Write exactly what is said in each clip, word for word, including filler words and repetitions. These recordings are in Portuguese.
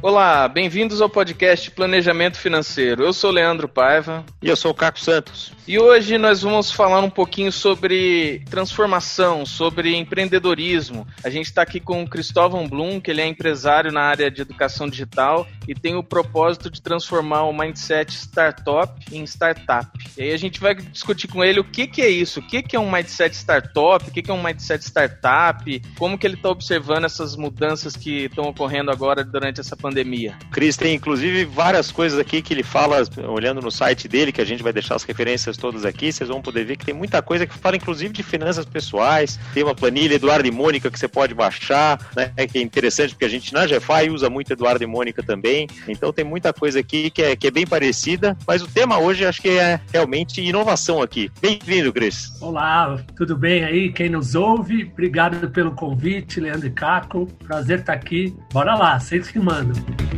Olá, bem-vindos ao podcast Planejamento Financeiro. Eu sou o Leandro Paiva. E eu sou o Caco Santos. E hoje nós vamos falar um pouquinho sobre transformação, sobre empreendedorismo. A gente está aqui com o Cristóvão Blum, que ele é empresário na área de educação digital e tem o propósito de transformar o mindset startup em startup. E aí a gente vai discutir com ele o que, que é isso, o que, que é um mindset startup, o que, que é um mindset startup, como que ele está observando essas mudanças que estão ocorrendo agora durante essa pandemia. Cris, tem inclusive várias coisas aqui que ele fala, olhando no site dele, que a gente vai deixar as referências todas aqui, vocês vão poder ver que tem muita coisa que fala inclusive de finanças pessoais, tem uma planilha Eduardo e Mônica que você pode baixar, né, que é interessante porque a gente na G F I usa muito Eduardo e Mônica também, então tem muita coisa aqui que é, que é bem parecida, mas o tema hoje acho que é realmente inovação aqui. Bem-vindo, Cris. Olá, tudo bem aí? Quem nos ouve, obrigado pelo convite, Leandro e Caco, prazer estar aqui. Bora lá, vocês que mandam.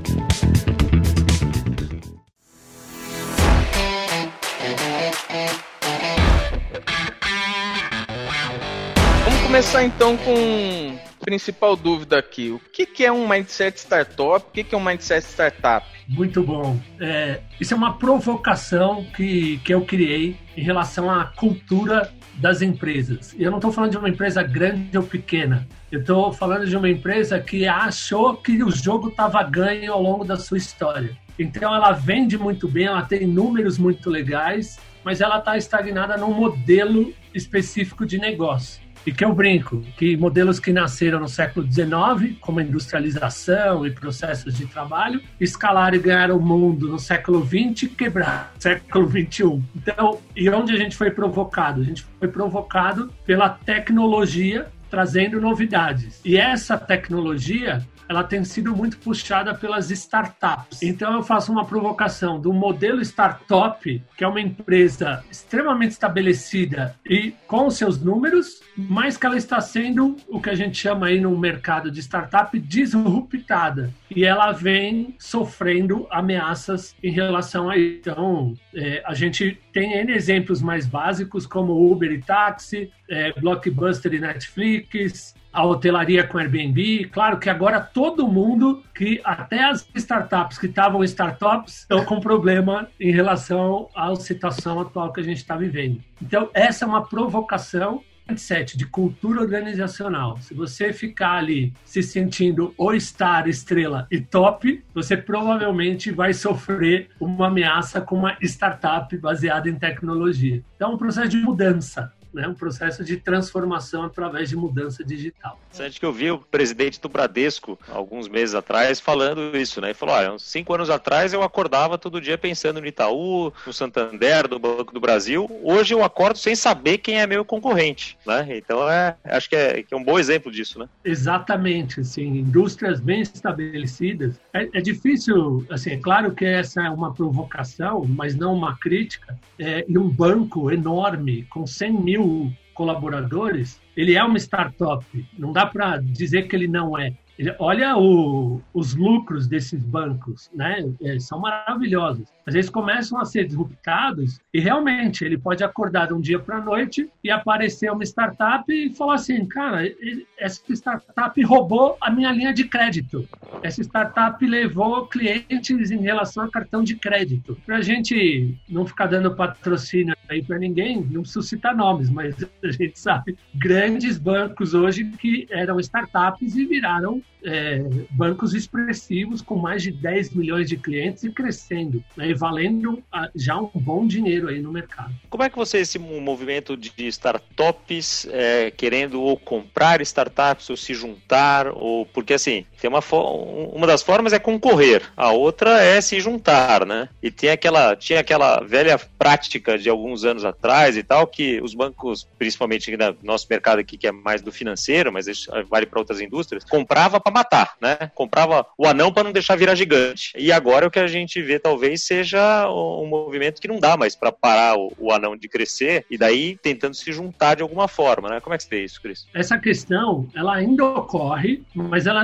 Vamos começar então com a principal dúvida aqui. O que, que é um mindset startup? O que, que é um mindset startup? Muito bom. É, isso é uma provocação que, que eu criei em relação à cultura das empresas. E eu não estou falando de uma empresa grande ou pequena. Eu estou falando de uma empresa que achou que o jogo estava ganho ao longo da sua história. Então ela vende muito bem, ela tem números muito legais, mas ela está estagnada num modelo específico de negócio. E que eu brinco, que modelos que nasceram no século dezenove, como a industrialização e processos de trabalho, escalaram e ganharam o mundo no século vinte e quebraram no século vinte e um. Então, e onde a gente foi provocado? A gente foi provocado pela tecnologia trazendo novidades. E essa tecnologia, ela tem sido muito puxada pelas startups. Então eu faço uma provocação do modelo startup, que é uma empresa extremamente estabelecida e com seus números, mas que ela está sendo o que a gente chama aí no mercado de startup disruptada. E ela vem sofrendo ameaças em relação a isso. Então, é, a gente tem N exemplos mais básicos, como Uber e táxi, é, Blockbuster e Netflix, a hotelaria com Airbnb. Claro que agora todo mundo, que até as startups que estavam startups, estão com problema em relação à situação atual que a gente está vivendo. Então, essa é uma provocação mindset de cultura organizacional. Se você ficar ali se sentindo o star, estrela e top, você provavelmente vai sofrer uma ameaça com uma startup baseada em tecnologia. Então, é um processo de mudança. Né, um processo de transformação através de mudança digital. Antes que eu vi o presidente do Bradesco, alguns meses atrás, falando isso, né? Ele falou, olha, uns cinco anos atrás eu acordava todo dia pensando no Itaú, no Santander, no Banco do Brasil. Hoje eu acordo sem saber quem é meu concorrente, né? Então, é, acho que é, que é um bom exemplo disso, né? Exatamente, assim, indústrias bem estabelecidas. É, é difícil, assim, é claro que essa é uma provocação, mas não uma crítica. É, e um banco enorme, com cem mil colaboradores, ele é uma startup. Não dá para dizer que ele não é. Olha o, os lucros desses bancos, né? É, são maravilhosos. Mas eles começam a ser disruptados e realmente ele pode acordar de um dia para a noite e aparecer uma startup e falar assim, cara, essa startup roubou a minha linha de crédito. Essa startup levou clientes em relação a cartão de crédito. Para a gente não ficar dando patrocínio aí para ninguém, não preciso citar nomes, mas a gente sabe grandes bancos hoje que eram startups e viraram É, bancos expressivos com mais de dez milhões de clientes e crescendo, né, e valendo a, já um bom dinheiro aí no mercado. Como é que você, esse movimento de startups é, querendo ou comprar startups ou se juntar, ou porque assim, tem uma, uma das formas é concorrer, a outra é se juntar, né? E tem aquela, tinha aquela velha prática de alguns anos atrás e tal, que os bancos, principalmente no nosso mercado aqui, que é mais do financeiro, mas isso vale para outras indústrias, comprava para matar, né? Comprava o anão para não deixar virar gigante. E agora o que a gente vê talvez seja um movimento que não dá mais para parar o, o anão de crescer e daí tentando se juntar de alguma forma, né? Como é que você vê isso, Cris? Essa questão, ela ainda ocorre, mas ela não dura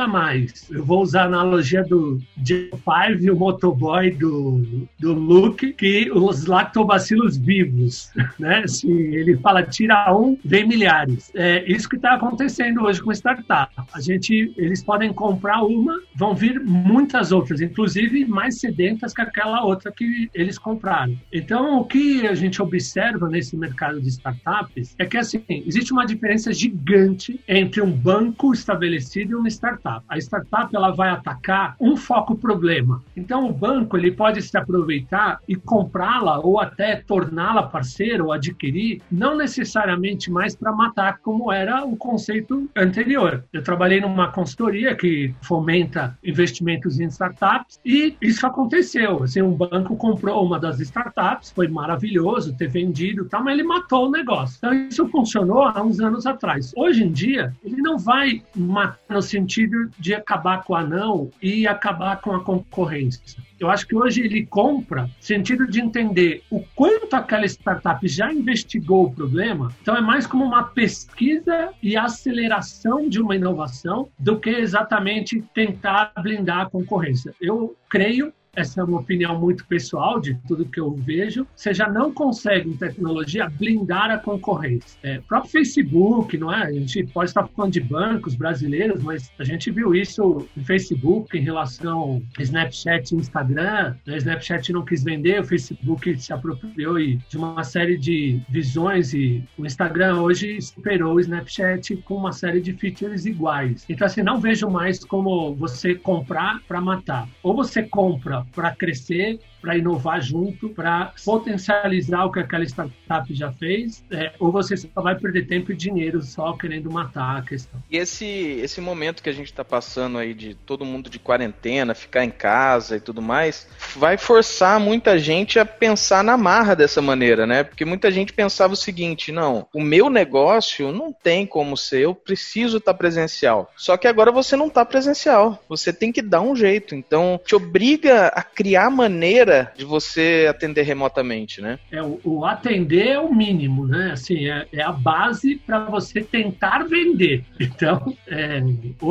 mais. Eu vou usar a analogia do G cinco e o motoboy do, do Luke, que os lactobacilos vivos, né? Se ele fala tira um, vem milhares. É isso que está acontecendo hoje com startup. A gente, eles podem comprar uma, vão vir muitas outras, inclusive mais sedentas que aquela outra que eles compraram. Então, o que a gente observa nesse mercado de startups é que, assim, existe uma diferença gigante entre um banco estabelecido e uma startup. A startup, ela vai atacar um foco-problema. Então, o banco, ele pode se aproveitar e comprá-la ou até torná-la parceira ou adquirir, não necessariamente mais para matar, como era o conceito anterior. Eu trabalhei numa consultoria que fomenta investimentos em startups e isso aconteceu. Assim, um banco comprou uma das startups, foi maravilhoso ter vendido, tal, mas ele matou o negócio. Então, isso funcionou há uns anos atrás. Hoje em dia, ele não vai matar no sentido de acabar com o anão e acabar com a concorrência. Eu acho que hoje ele compra no sentido de entender o quanto aquela startup já investigou o problema. Então, é mais como uma pesquisa e aceleração de uma inovação do que exatamente tentar blindar a concorrência. Eu creio, essa é uma opinião muito pessoal de tudo que eu vejo, você já não consegue em tecnologia blindar a concorrência. É, o próprio Facebook, não é? A gente pode estar falando de bancos brasileiros, mas a gente viu isso no Facebook em relação ao Snapchat e Instagram. O Snapchat não quis vender, o Facebook se apropriou de uma série de visões e o Instagram hoje superou o Snapchat com uma série de features iguais. Então, assim, não vejo mais como você comprar para matar. Ou você compra para crescer, para inovar junto, para potencializar o que aquela startup já fez, é, ou você só vai perder tempo e dinheiro só querendo matar a questão. E esse, esse momento que a gente está passando aí de todo mundo de quarentena, ficar em casa e tudo mais, vai forçar muita gente a pensar na marra dessa maneira, né? Porque muita gente pensava o seguinte, não, o meu negócio não tem como ser, eu preciso estar presencial. Só que agora você não está presencial, você tem que dar um jeito, então te obriga a criar maneira de você atender remotamente, né? É, o, o atender é o mínimo, né? Assim, é, é a base para você tentar vender. Então, é,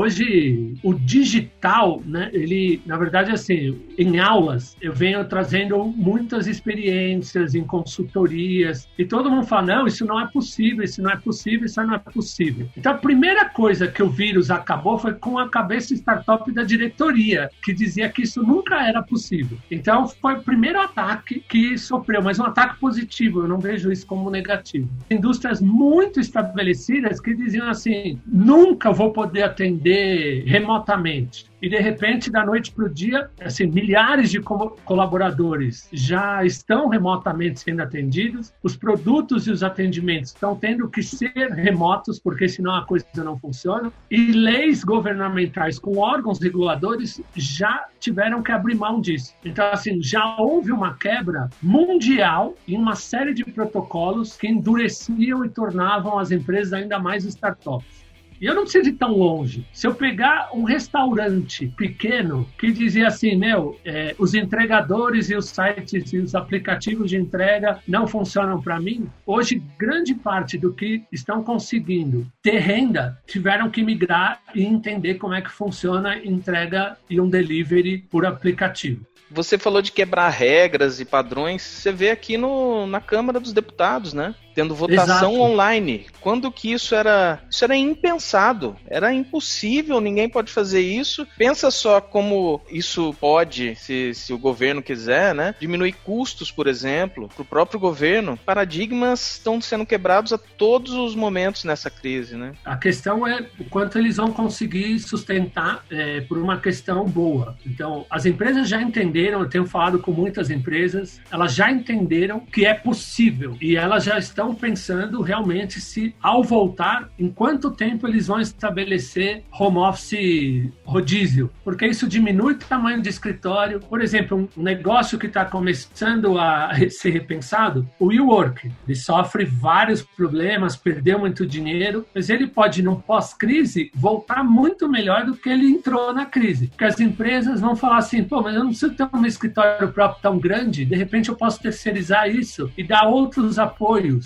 hoje, o digital, né? Ele, na verdade, assim, em aulas, eu venho trazendo muitas experiências em consultorias e todo mundo fala, não, isso não é possível, isso não é possível, isso não é possível. Então, a primeira coisa que o vírus acabou foi com a cabeça startup da diretoria, que dizia que isso nunca era possível. Então, foi o primeiro ataque que sofreu, mas um ataque positivo, eu não vejo isso como negativo. Indústrias muito estabelecidas que diziam assim, nunca vou poder atender remotamente. E, de repente, da noite para o dia, assim, milhares de co- colaboradores já estão remotamente sendo atendidos, os produtos e os atendimentos estão tendo que ser remotos, porque senão a coisa não funciona, e leis governamentais com órgãos reguladores já tiveram que abrir mão disso. Então, assim, já houve uma quebra mundial em uma série de protocolos que endureciam e tornavam as empresas ainda mais startups. E eu não preciso ir tão longe. Se eu pegar um restaurante pequeno que dizia assim, meu, é, os entregadores e os sites e os aplicativos de entrega não funcionam para mim, hoje grande parte do que estão conseguindo ter renda tiveram que migrar e entender como é que funciona entrega e um delivery por aplicativo. Você falou de quebrar regras e padrões, você vê aqui no, na Câmara dos Deputados, né? Tendo votação Exato. Online. Quando que isso era, isso era impensado, era impossível, ninguém pode fazer isso. Pensa só como isso pode, se, se o governo quiser, né? Diminuir custos, por exemplo, para o próprio governo. Paradigmas estão sendo quebrados a todos os momentos nessa crise, né? A questão é o quanto eles vão conseguir sustentar é, por uma questão boa. Então, as empresas já entenderam, eu tenho falado com muitas empresas, elas já entenderam que é possível e elas já estão pensando realmente se, ao voltar, em quanto tempo eles vão estabelecer home office rodízio, porque isso diminui o tamanho de escritório. Por exemplo, um negócio que está começando a ser repensado, o WeWork, ele sofre vários problemas, perdeu muito dinheiro, mas ele pode, num pós-crise, voltar muito melhor do que ele entrou na crise, porque as empresas vão falar assim, pô, mas eu não preciso ter um escritório próprio tão grande, de repente eu posso terceirizar isso e dar outros apoios.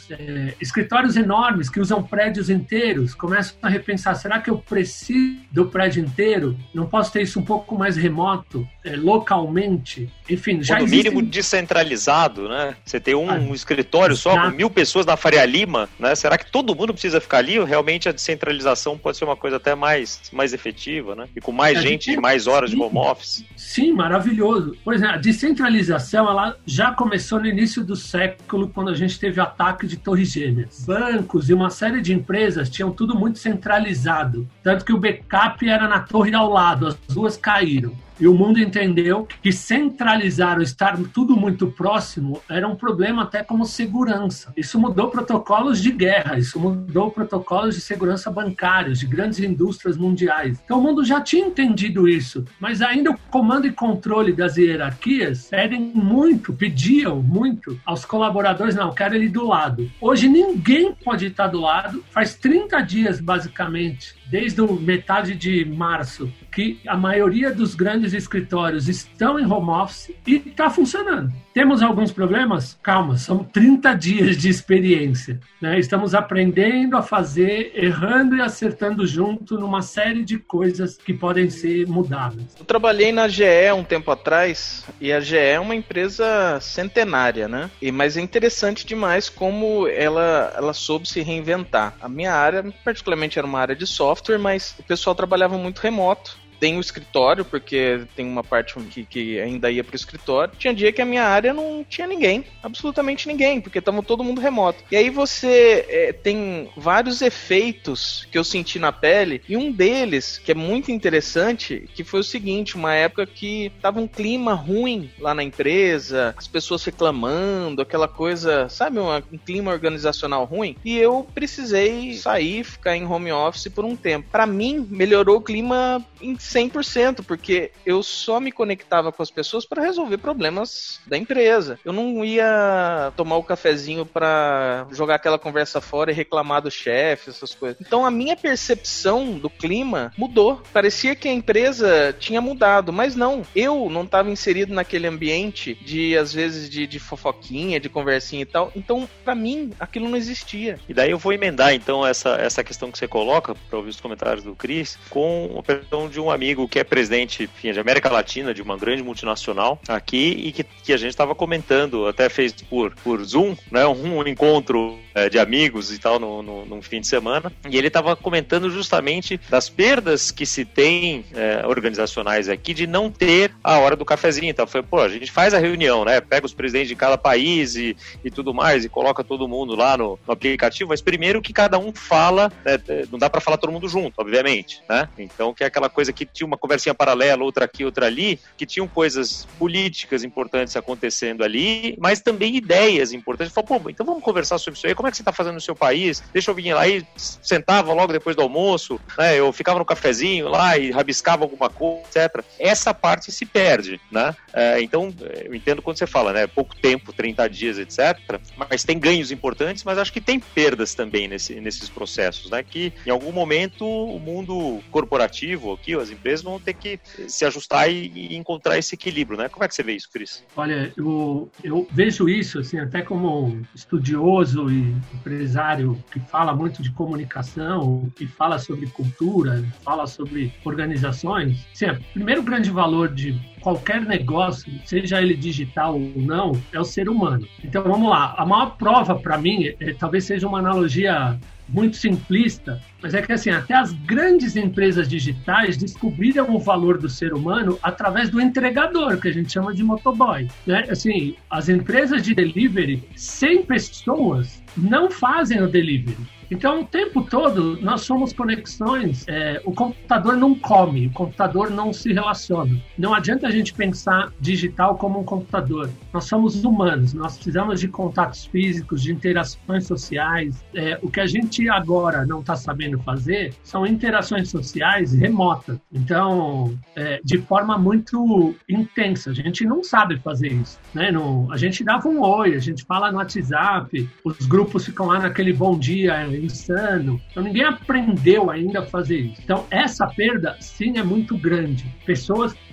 anos. É, escritórios enormes que usam prédios inteiros começam a repensar, será que eu preciso do prédio inteiro? Não posso ter isso um pouco mais remoto, é, localmente? Enfim, já no existem... mínimo descentralizado, né? Você tem um, ah, um escritório só com mil pessoas na Faria Lima, né? Será que todo mundo precisa ficar ali? Ou realmente a descentralização pode ser uma coisa até mais, mais efetiva, né? E com mais é, gente e mais horas sim, de home office? Sim, maravilhoso. Por exemplo, a descentralização ela já começou no início do século, quando a gente teve o ataque de Torres Gêmeas. Bancos e uma série de empresas tinham tudo muito centralizado, tanto que o backup era na torre ao lado, as duas caíram. E o mundo entendeu que centralizar ou estar tudo muito próximo era um problema até como segurança. Isso mudou protocolos de guerra, isso mudou protocolos de segurança bancários, de grandes indústrias mundiais. Então o mundo já tinha entendido isso, mas ainda o comando e controle das hierarquias pedem muito, pediam muito aos colaboradores, não, quero ele do lado. Hoje ninguém pode estar do lado, faz trinta dias basicamente, desde a metade de março, que a maioria dos grandes escritórios estão em home office e está funcionando. Temos alguns problemas? Calma, são trinta dias de experiência, né? Estamos aprendendo a fazer, errando e acertando junto numa série de coisas que podem ser mudadas. Eu trabalhei na G E um tempo atrás e a G E é uma empresa centenária, né? E, mas é interessante demais como ela, ela soube se reinventar. A minha área, particularmente, era uma área de software, mas o pessoal trabalhava muito remoto. Tem o escritório, porque tem uma parte que, que ainda ia para o escritório. Tinha dia que a minha área não tinha ninguém, absolutamente ninguém, porque estava todo mundo remoto. E aí você é, tem vários efeitos que eu senti na pele, e um deles, que é muito interessante, que foi o seguinte, uma época que estava um clima ruim lá na empresa, as pessoas reclamando, aquela coisa, sabe, uma, um clima organizacional ruim, e eu precisei sair, ficar em home office por um tempo. Para mim, melhorou o clima em cem por cento, porque eu só me conectava com as pessoas para resolver problemas da empresa. Eu não ia tomar o cafezinho para jogar aquela conversa fora e reclamar do chefe, essas coisas. Então a minha percepção do clima mudou. Parecia que a empresa tinha mudado, mas não. Eu não estava inserido naquele ambiente de, às vezes, de, de fofoquinha, de conversinha e tal. Então, para mim, aquilo não existia. E daí eu vou emendar, então, essa, essa questão que você coloca, para ouvir os comentários do Cris, com a questão de um amigo que é presidente, enfim, de América Latina, de uma grande multinacional aqui, e que, que a gente estava comentando, até fez por, por Zoom, né, um, um encontro é, de amigos e tal no, no, no fim de semana, e ele estava comentando justamente das perdas que se tem é, organizacionais aqui de não ter a hora do cafezinho. Então foi, pô, a gente faz a reunião, né, pega os presidentes de cada país e, e tudo mais, e coloca todo mundo lá no, no aplicativo, mas primeiro que cada um fala, né, não dá para falar todo mundo junto, obviamente, né, então que é aquela coisa que tinha uma conversinha paralela, outra aqui, outra ali, que tinham coisas políticas importantes acontecendo ali, mas também ideias importantes. Falou, pô, então vamos conversar sobre isso aí, como é que você está fazendo no seu país? Deixa eu vir lá e sentava logo depois do almoço, né? Eu ficava no cafezinho lá e rabiscava alguma coisa, etcétera. Essa parte se perde, né? É, então, eu entendo quando você fala, né? Pouco tempo, trinta dias, etcétera. Mas tem ganhos importantes, mas acho que tem perdas também nesse, nesses processos, né? Que em algum momento o mundo corporativo aqui, as empresas vão ter que se ajustar e, e encontrar esse equilíbrio, né? Como é que você vê isso, Cris? Olha, eu, eu vejo isso, assim, até como estudioso e empresário que fala muito de comunicação, que fala sobre cultura, fala sobre organizações. Assim, o primeiro grande valor de qualquer negócio, seja ele digital ou não, é o ser humano. Então, vamos lá. A maior prova, para mim, é, talvez seja uma analogia muito simplista, mas é que assim, até as grandes empresas digitais descobriram o valor do ser humano através do entregador, que a gente chama de motoboy, né? Assim, as empresas de delivery, sem pessoas, não fazem o delivery. Então, o tempo todo, nós somos conexões. É, o computador não come, o computador não se relaciona. Não adianta a gente pensar digital como um computador. Nós somos humanos, nós precisamos de contatos físicos, de interações sociais. É, o que a gente agora não está sabendo fazer são interações sociais remotas. Então, é, de forma muito intensa. A gente não sabe fazer isso, né? Não, a gente dava um oi, a gente fala no WhatsApp, os grupos ficam lá naquele bom dia insano. Então, ninguém aprendeu ainda a fazer isso. Então, essa perda, sim, é muito grande. Pessoas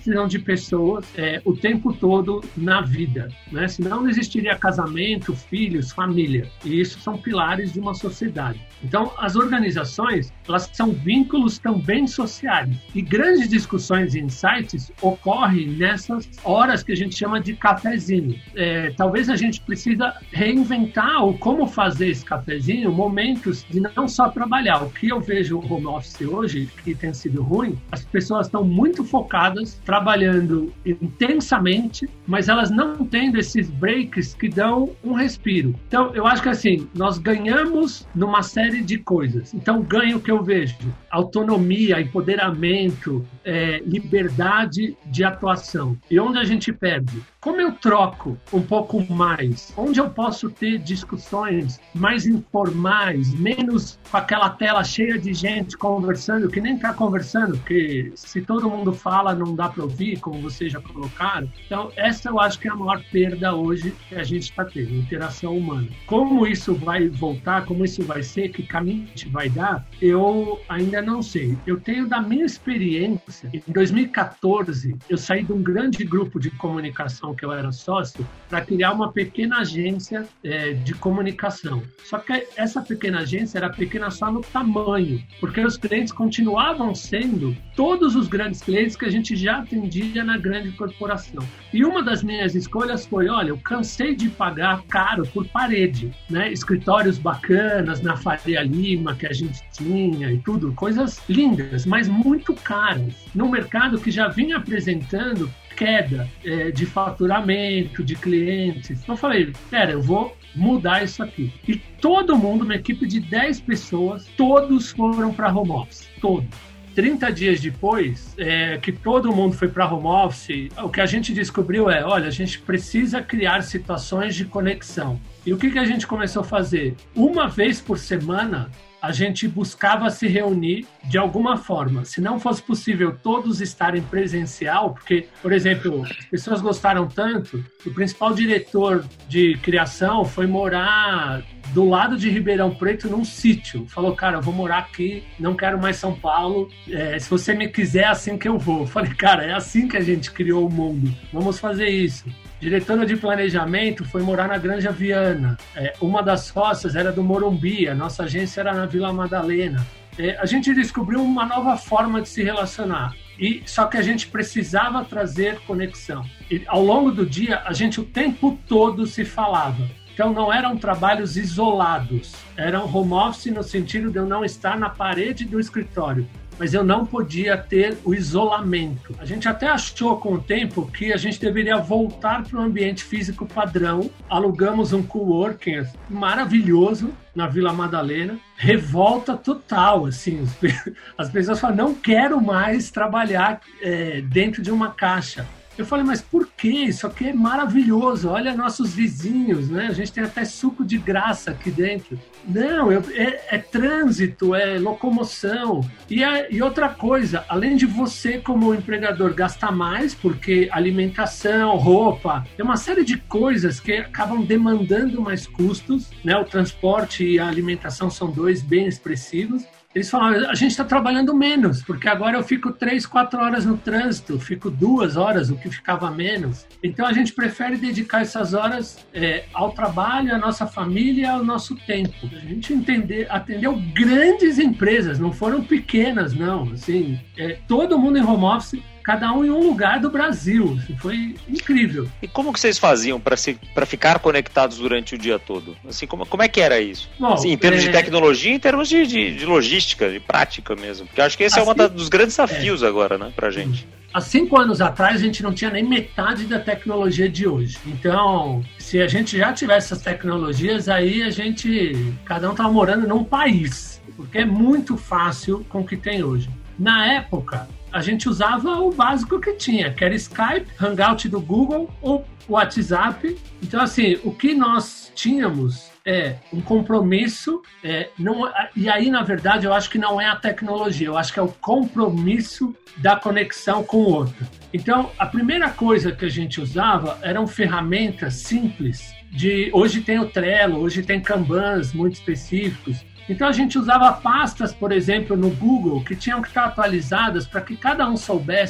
precisam de pessoas é, o tempo todo na vida, né? Senão não existiria casamento, filhos, família. E isso são pilares de uma sociedade. Então, as organizações, elas são vínculos também sociais. E grandes discussões e insights ocorrem nessas horas que a gente chama de cafezinho. É, talvez a gente precisa reinventar o como fazer esse cafezinho, momentos de não só trabalhar. O que eu vejo no home office hoje, que tem sido ruim, as pessoas estão muito focadas, trabalhando intensamente, mas elas não tendo esses breaks que dão um respiro. Então, eu acho que assim, nós ganhamos numa série de coisas. Então, ganho que eu vejo, autonomia, empoderamento, é, liberdade de atuação. E onde a gente perde? Como eu troco um pouco mais? Onde eu posso ter discussões mais informais, menos com aquela tela cheia de gente conversando, que nem está conversando, porque se todo mundo fala, não dá para ouvir, como vocês já colocaram. Então, essa eu acho que é a maior perda hoje que a gente está tendo, interação humana. Como isso vai voltar, como isso vai ser, que caminho a gente vai dar, eu ainda não sei. Eu tenho da minha experiência, em dois mil e quatorze, eu saí de um grande grupo de comunicação que eu era sócio, para criar uma pequena agência é, de comunicação. Só que essa pequena agência era pequena só no tamanho, porque os clientes continuavam sendo todos os grandes clientes que a gente já atendia na grande corporação. E uma das minhas escolhas foi, olha, eu cansei de pagar caro por parede, né? Escritórios bacanas na Faria Lima que a gente tinha e tudo, coisas lindas, mas muito caras, no mercado que já vinha apresentando queda é, de faturamento, de clientes. Então eu falei, pera, eu vou mudar isso aqui. E todo mundo, uma equipe de dez pessoas, todos foram para home office, todos. trinta dias depois, é, que todo mundo foi para home office, o que a gente descobriu é, olha, a gente precisa criar situações de conexão. E o que, que a gente começou a fazer? Uma vez por semana, a gente buscava se reunir de alguma forma. Se não fosse possível todos estarem presencial, porque, por exemplo, as pessoas gostaram tanto, o principal diretor de criação foi morar do lado de Ribeirão Preto num sítio. Falou, cara, eu vou morar aqui, não quero mais São Paulo, é, se você me quiser, é assim que eu vou. Eu falei, cara, é assim que a gente criou o mundo, vamos fazer isso. Diretora de planejamento foi morar na Granja Viana. É, uma das sócias era do Morumbi, a nossa agência era na Vila Madalena. É, a gente descobriu uma nova forma de se relacionar. E, só que a gente precisava trazer conexão. E, ao longo do dia, a gente o tempo todo se falava. Então, não eram trabalhos isolados. Eram home office no sentido de eu não estar na parede do escritório. Mas eu não podia ter o isolamento. A gente até achou com o tempo que a gente deveria voltar para o ambiente físico padrão. Alugamos um coworking maravilhoso na Vila Madalena. Revolta total, assim. As pessoas falam, não quero mais trabalhar é, dentro de uma caixa. Eu falei, mas por quê? Isso aqui é maravilhoso. Olha nossos vizinhos, né? A gente tem até suco de graça aqui dentro. Não, eu, é, é trânsito, é locomoção. E, é, e outra coisa, além de você, como empregador, gastar mais, porque alimentação, roupa, tem uma série de coisas que acabam demandando mais custos, né? O transporte e a alimentação são dois bem expressivos. Eles falaram, a gente está trabalhando menos, porque agora eu fico três, quatro horas no trânsito, fico duas horas, o que ficava menos. Então a gente prefere dedicar essas horas é, ao trabalho, à nossa família e ao nosso tempo. A gente entender, atendeu grandes empresas, não foram pequenas, não. Assim, é, todo mundo em home office, cada um em um lugar do Brasil. Foi incrível. E como que vocês faziam para para ficar conectados durante o dia todo? Assim, como, como é que era isso? Bom, assim, em termos é... de tecnologia, em termos de, de, de logística, de prática mesmo. Porque eu acho que esse assim, é um dos grandes desafios é. agora, né, pra gente. Há cinco anos atrás, a gente não tinha nem metade da tecnologia de hoje. Então, se a gente já tivesse essas tecnologias, aí a gente, cada um estava morando num país. Porque é muito fácil com o que tem hoje. Na época, a gente usava o básico que tinha, que era Skype, Hangout do Google ou WhatsApp. Então, assim, o que nós tínhamos é um compromisso, é, não, e aí, na verdade, eu acho que não é a tecnologia, eu acho que é o compromisso da conexão com o outro. Então, a primeira coisa que a gente usava eram ferramentas simples, de, hoje tem o Trello, hoje tem Kanbans muito específicos. Então, a gente usava pastas, por exemplo, no Google, que tinham que estar atualizadas para que cada um soubesse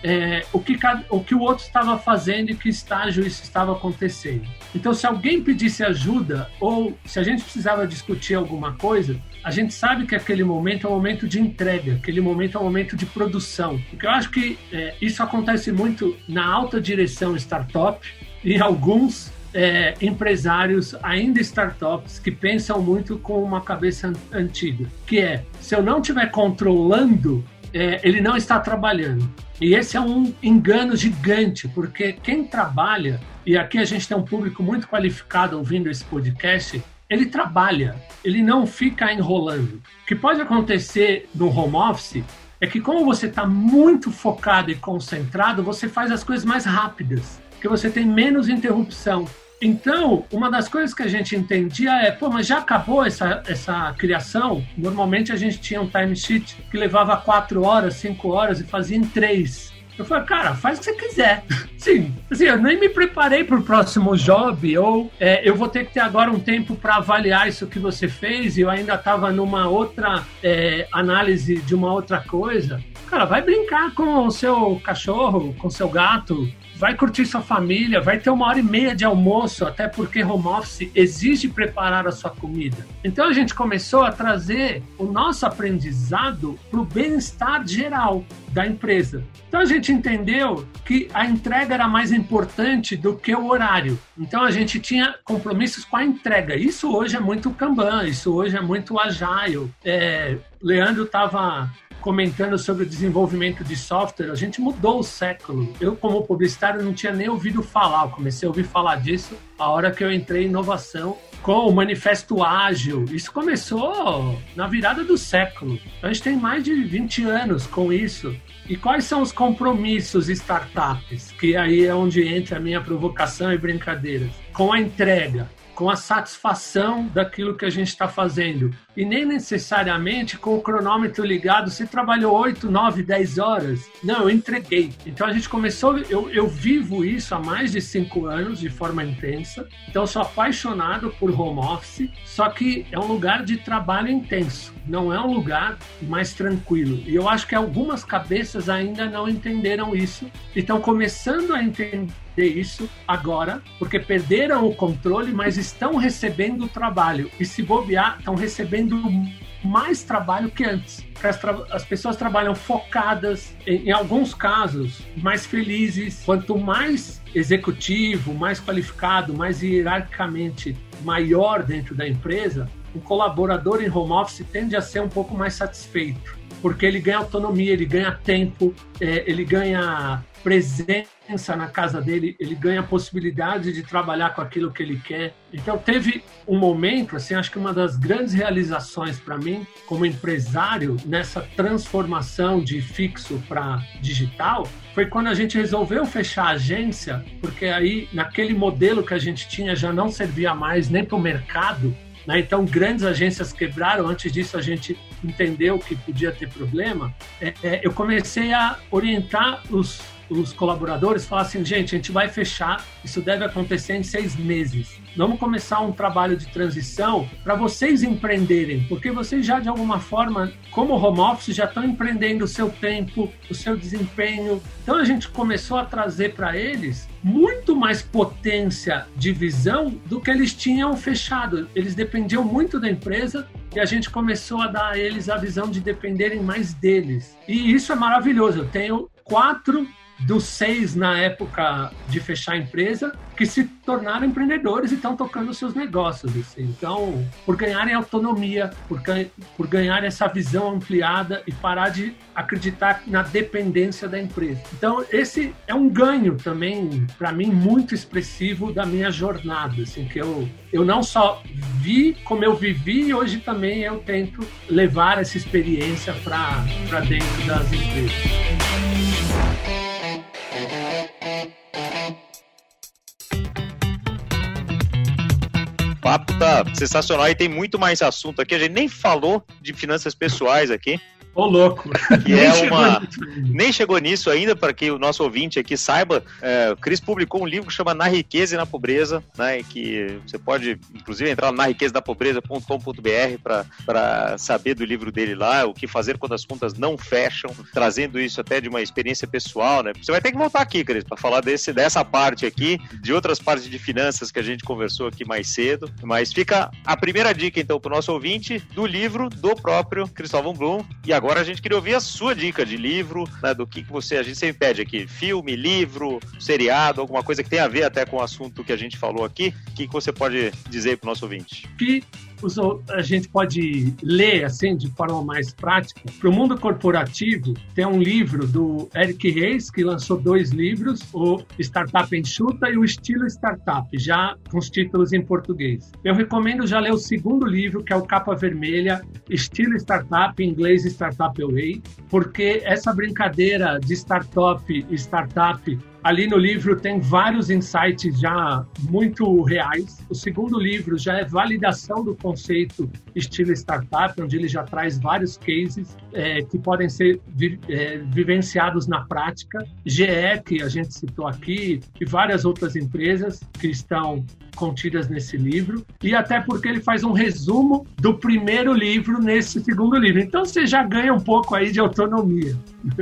é, o, que, o que o outro estava fazendo e que estágio isso estava acontecendo. Então, se alguém pedisse ajuda ou se a gente precisava discutir alguma coisa, a gente sabe que aquele momento é um momento de entrega, aquele momento é um momento de produção. Porque eu acho que é, isso acontece muito na alta direção startup e em alguns é, empresários, ainda startups, que pensam muito com uma cabeça antiga, que é, se eu não estiver controlando, é, ele não está trabalhando. E esse é um engano gigante, porque quem trabalha, e aqui a gente tem um público muito qualificado ouvindo esse podcast, ele trabalha, ele não fica enrolando. O que pode acontecer no home office é que, como você está muito focado e concentrado, você faz as coisas mais rápidas, porque você tem menos interrupção. Então, uma das coisas que a gente entendia é, pô, mas já acabou essa, essa criação? Normalmente a gente tinha um timesheet que levava quatro horas, cinco horas e fazia em três. Eu falei, cara, faz o que você quiser. Sim, assim, eu nem me preparei para o próximo job, ou é, eu vou ter que ter agora um tempo para avaliar isso que você fez, e eu ainda estava numa outra é, análise de uma outra coisa. Cara, vai brincar com o seu cachorro, com o seu gato, vai curtir sua família, vai ter uma hora e meia de almoço, até porque home office exige preparar a sua comida. Então a gente começou a trazer o nosso aprendizado para o bem-estar geral da empresa. Então a gente entendeu que a entrega era mais importante do que o horário. Então a gente tinha compromissos com a entrega. Isso hoje é muito Kanban, isso hoje é muito Agile. É, Leandro estava comentando sobre o desenvolvimento de software, a gente mudou o século. Eu, como publicitário, não tinha nem ouvido falar. Eu comecei a ouvir falar disso a hora que eu entrei em inovação com o Manifesto Ágil. Isso começou na virada do século. A gente tem mais de vinte anos com isso. E quais são os compromissos startups? Que aí é onde entra a minha provocação e brincadeiras. Com a entrega, com a satisfação daquilo que a gente está fazendo. E nem necessariamente com o cronômetro ligado, você trabalhou oito, nove, dez horas. Não, eu entreguei. Então a gente começou, eu, eu vivo isso há mais de cinco anos, de forma intensa. Então eu sou apaixonado por home office, só que é um lugar de trabalho intenso. Não é um lugar mais tranquilo. E eu acho que algumas cabeças ainda não entenderam isso. E estão começando a entender isso agora, porque perderam o controle, mas estão recebendo o trabalho. E se bobear, estão recebendo mais trabalho que antes. As, tra- as pessoas trabalham focadas, em, em alguns casos, mais felizes. Quanto mais executivo, mais qualificado, mais hierarquicamente maior dentro da empresa, um colaborador em home office tende a ser um pouco mais satisfeito, porque ele ganha autonomia, ele ganha tempo, é, ele ganha presença na casa dele, ele ganha a possibilidade de trabalhar com aquilo que ele quer. Então teve um momento, assim, acho que uma das grandes realizações para mim como empresário nessa transformação de fixo para digital foi quando a gente resolveu fechar a agência, porque aí naquele modelo que a gente tinha já não servia mais nem para o mercado, né? Então grandes agências quebraram. Antes disso a gente entendeu que podia ter problema. É, é, eu comecei a orientar os os colaboradores, falar assim, gente, a gente vai fechar, isso deve acontecer em seis meses. Vamos começar um trabalho de transição para vocês empreenderem, porque vocês já, de alguma forma, como home office, já estão empreendendo o seu tempo, o seu desempenho. Então, a gente começou a trazer para eles muito mais potência de visão do que eles tinham fechado. Eles dependiam muito da empresa e a gente começou a dar a eles a visão de dependerem mais deles. E isso é maravilhoso. Eu tenho quatro dos seis na época de fechar a empresa que se tornaram empreendedores e estão tocando seus negócios. Assim. Então, por ganharem autonomia, por, por ganhar essa visão ampliada e parar de acreditar na dependência da empresa. Então, esse é um ganho também, para mim, muito expressivo da minha jornada, assim, que eu, eu não só vi como eu vivi, e hoje também eu tento levar essa experiência para dentro das empresas. O papo tá sensacional e tem muito mais assunto aqui. A gente nem falou de finanças pessoais aqui. Ô, louco. Que é uma... Nem chegou nisso ainda, para que o nosso ouvinte aqui saiba. É, o Cris publicou um livro que chama Na Riqueza e na Pobreza, né? Que você pode, inclusive, entrar no na riqueza da pobreza ponto com ponto b r para saber do livro dele lá, o que fazer quando as contas não fecham, trazendo isso até de uma experiência pessoal, né? Você vai ter que voltar aqui, Cris, para falar desse, dessa parte aqui, de outras partes de finanças que a gente conversou aqui mais cedo. Mas fica a primeira dica, então, para o nosso ouvinte, do livro do próprio Cristóvão Blum. E agora a gente queria ouvir a sua dica de livro, né, do que, que você, a gente sempre pede aqui, filme, livro, seriado, alguma coisa que tenha a ver até com o assunto que a gente falou aqui. O que, que você pode dizer para o nosso ouvinte? Que a gente pode ler assim de forma mais prática. Para o mundo corporativo, tem um livro do Eric Ries, que lançou dois livros, o Startup Enxuta e o Estilo Startup, já com os títulos em português. Eu recomendo já ler o segundo livro, que é o Capa Vermelha, Estilo Startup, em inglês Startup Way, porque essa brincadeira de startup e startup, ali no livro tem vários insights já muito reais. O segundo livro já é validação do conceito estilo startup, onde ele já traz vários cases é, que podem ser vi, é, vivenciados na prática. G E, que a gente citou aqui, e várias outras empresas que estão contidas nesse livro, e até porque ele faz um resumo do primeiro livro nesse segundo livro. Então você já ganha um pouco aí de autonomia.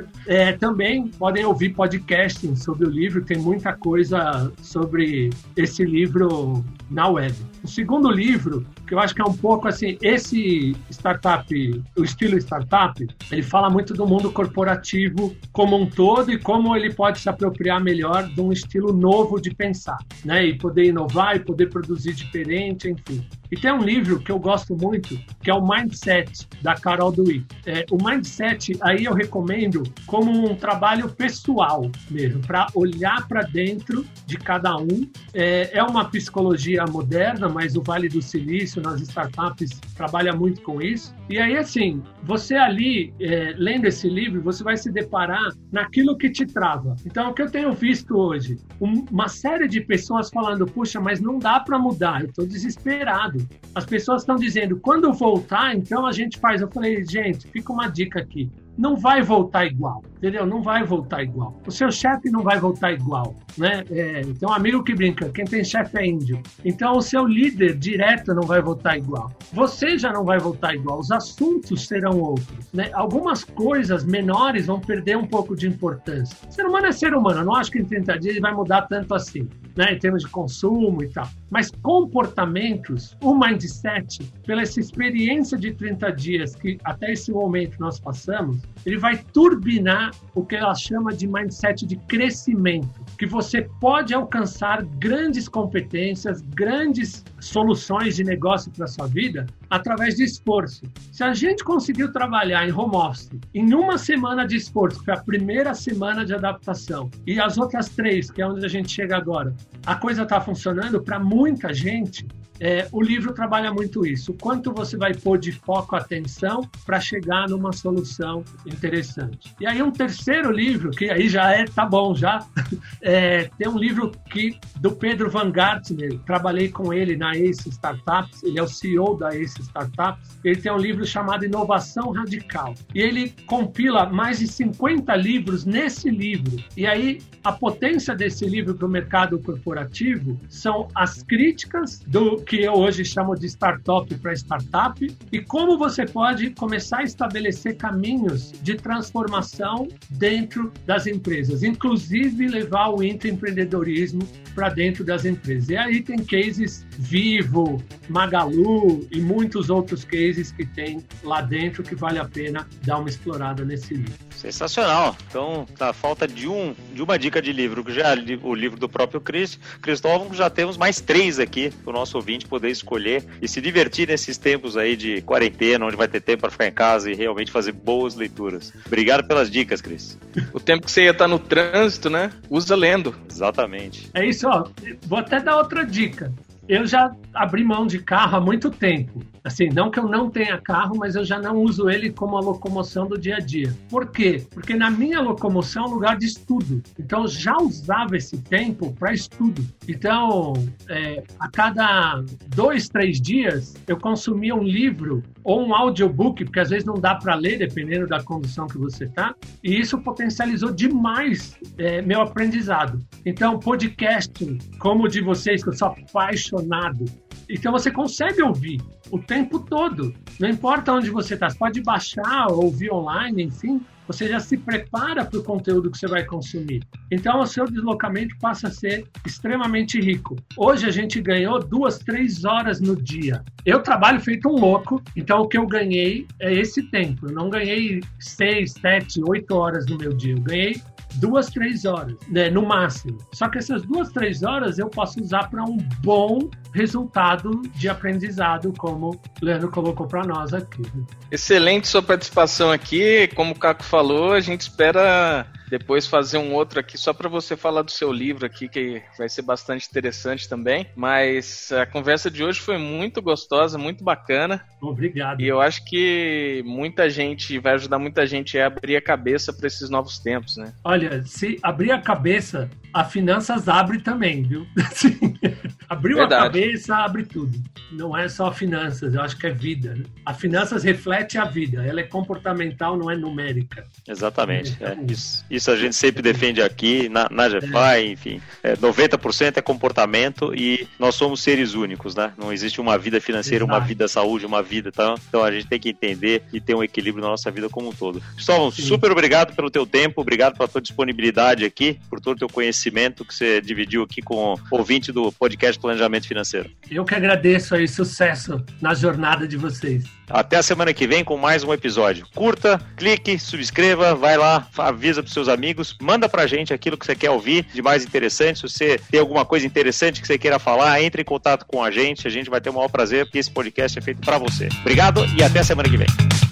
É, também podem ouvir podcasting sobre o livro, tem muita coisa sobre esse livro na web. O segundo livro, que eu acho que é um pouco assim, esse startup, o estilo startup, ele fala muito do mundo corporativo como um todo e como ele pode se apropriar melhor de um estilo novo de pensar, né? E poder inovar e poder produzir diferente, enfim. E tem um livro que eu gosto muito, que é o Mindset, da Carol Dweck. É, o Mindset, aí eu recomendo como um trabalho pessoal mesmo, para olhar para dentro de cada um. É, é uma psicologia moderna, mas o Vale do Silício, nas startups, trabalha muito com isso. E aí, assim, você ali, é, lendo esse livro, você vai se deparar naquilo que te trava. Então, o que eu tenho visto hoje? Um, uma série de pessoas falando, puxa, mas não dá para mudar, eu estou desesperado. As pessoas estão dizendo, quando voltar, então a gente faz. Eu falei, gente, fica uma dica aqui. Não vai voltar igual, entendeu? Não vai voltar igual. O seu chefe não vai voltar igual, né? É, tem um amigo que brinca, quem tem chefe é índio. Então, o seu líder direto não vai voltar igual. Você já não vai voltar igual. Os assuntos serão outros, né? Algumas coisas menores vão perder um pouco de importância. Ser humano é ser humano. Eu não acho que em trinta dias ele vai mudar tanto assim, né? Em termos de consumo e tal. Mas comportamentos, o mindset, pela essa experiência de trinta dias que até esse momento nós passamos, ele vai turbinar o que ela chama de mindset de crescimento, que você pode alcançar grandes competências, grandes soluções de negócio para a sua vida através de esforço. Se a gente conseguiu trabalhar em home office em uma semana de esforço, que foi a primeira semana de adaptação, e as outras três, que é onde a gente chega agora, a coisa está funcionando para muita gente. É, o livro trabalha muito isso. O quanto você vai pôr de foco, atenção, para chegar numa solução interessante. E aí um terceiro livro, que aí já é, tá bom, já. É, tem um livro que, do Pedro Van Gartner, trabalhei com ele na Ace Startups, ele é o C E O da Ace Startups. Ele tem um livro chamado Inovação Radical. E ele compila mais de cinquenta livros nesse livro. E aí a potência desse livro para o mercado corporativo são as críticas do que eu hoje chamo de startup para startup, e como você pode começar a estabelecer caminhos de transformação dentro das empresas, inclusive levar o intraempreendedorismo para dentro das empresas. E aí tem cases Vivo, Magalu e muitos outros cases que tem lá dentro que vale a pena dar uma explorada nesse livro. Sensacional. Então, na falta de, um, de uma dica de livro, que já é o livro do próprio Cris, Cristóvão, já temos mais três aqui para o nosso ouvinte poder escolher e se divertir nesses tempos aí de quarentena, onde vai ter tempo para ficar em casa e realmente fazer boas leituras. Obrigado pelas dicas, Cris. O tempo que você ia estar no trânsito, né? Usa lendo. Exatamente. É isso, ó. Vou até dar outra dica. eu já abri mão de carro há muito tempo. Assim, não que eu não tenha carro, mas eu já não uso ele como a locomoção do dia a dia. Por quê? Porque na minha locomoção é um lugar de estudo. Então, eu já usava esse tempo para estudo. Então, é, a cada dois, três dias, eu consumia um livro ou um audiobook, porque às vezes não dá para ler, dependendo da condição que você está. E isso potencializou demais é, meu aprendizado. Então, podcast como o de vocês, que eu sou apaixonado. Então, você consegue ouvir o tempo todo. Não importa onde você está. Você pode baixar, ouvir online, enfim. Você já se prepara para o conteúdo que você vai consumir. Então, o seu deslocamento passa a ser extremamente rico. Hoje, a gente ganhou duas, três horas no dia. Eu trabalho feito um louco, então o que eu ganhei é esse tempo. Eu não ganhei seis, sete, oito horas no meu dia. Eu ganhei duas, três horas, né, no máximo. Só que essas duas, três horas eu posso usar para um bom resultado de aprendizado, como o Leandro colocou para nós aqui. Excelente sua participação aqui. Como o Caco falou, a gente espera depois fazer um outro aqui só para você falar do seu livro aqui, que vai ser bastante interessante também. Mas a conversa de hoje foi muito gostosa, muito bacana. Obrigado. E eu acho que muita gente, vai ajudar muita gente a abrir a cabeça para esses novos tempos, né? Olha, se abrir a cabeça, a finanças abre também, viu? Abriu Verdade. A cabeça, abre tudo. Não é só finanças, eu acho que é vida. Né? A finanças reflete a vida, ela é comportamental, não é numérica. Exatamente. É, isso, isso a gente sempre defende aqui, na, na G F I, é. enfim. É, noventa por cento é comportamento e nós somos seres únicos, né? Não existe uma vida financeira, Exato. Uma vida saúde, uma vida, tá? Então a gente tem que entender e ter um equilíbrio na nossa vida como um todo. Cristóvão, super obrigado pelo teu tempo, obrigado pela tua disponibilidade aqui, por todo o teu conhecimento que você dividiu aqui com o ouvinte do podcast Planejamento Financeiro. Eu que agradeço aí, sucesso na jornada de vocês. Até a semana que vem com mais um episódio. Curta, clique, subscreva, vai lá, avisa pros seus amigos, manda pra gente aquilo que você quer ouvir de mais interessante. Se você tem alguma coisa interessante que você queira falar, entre em contato com a gente, a gente vai ter o maior prazer, porque esse podcast é feito pra você. Obrigado e até a semana que vem.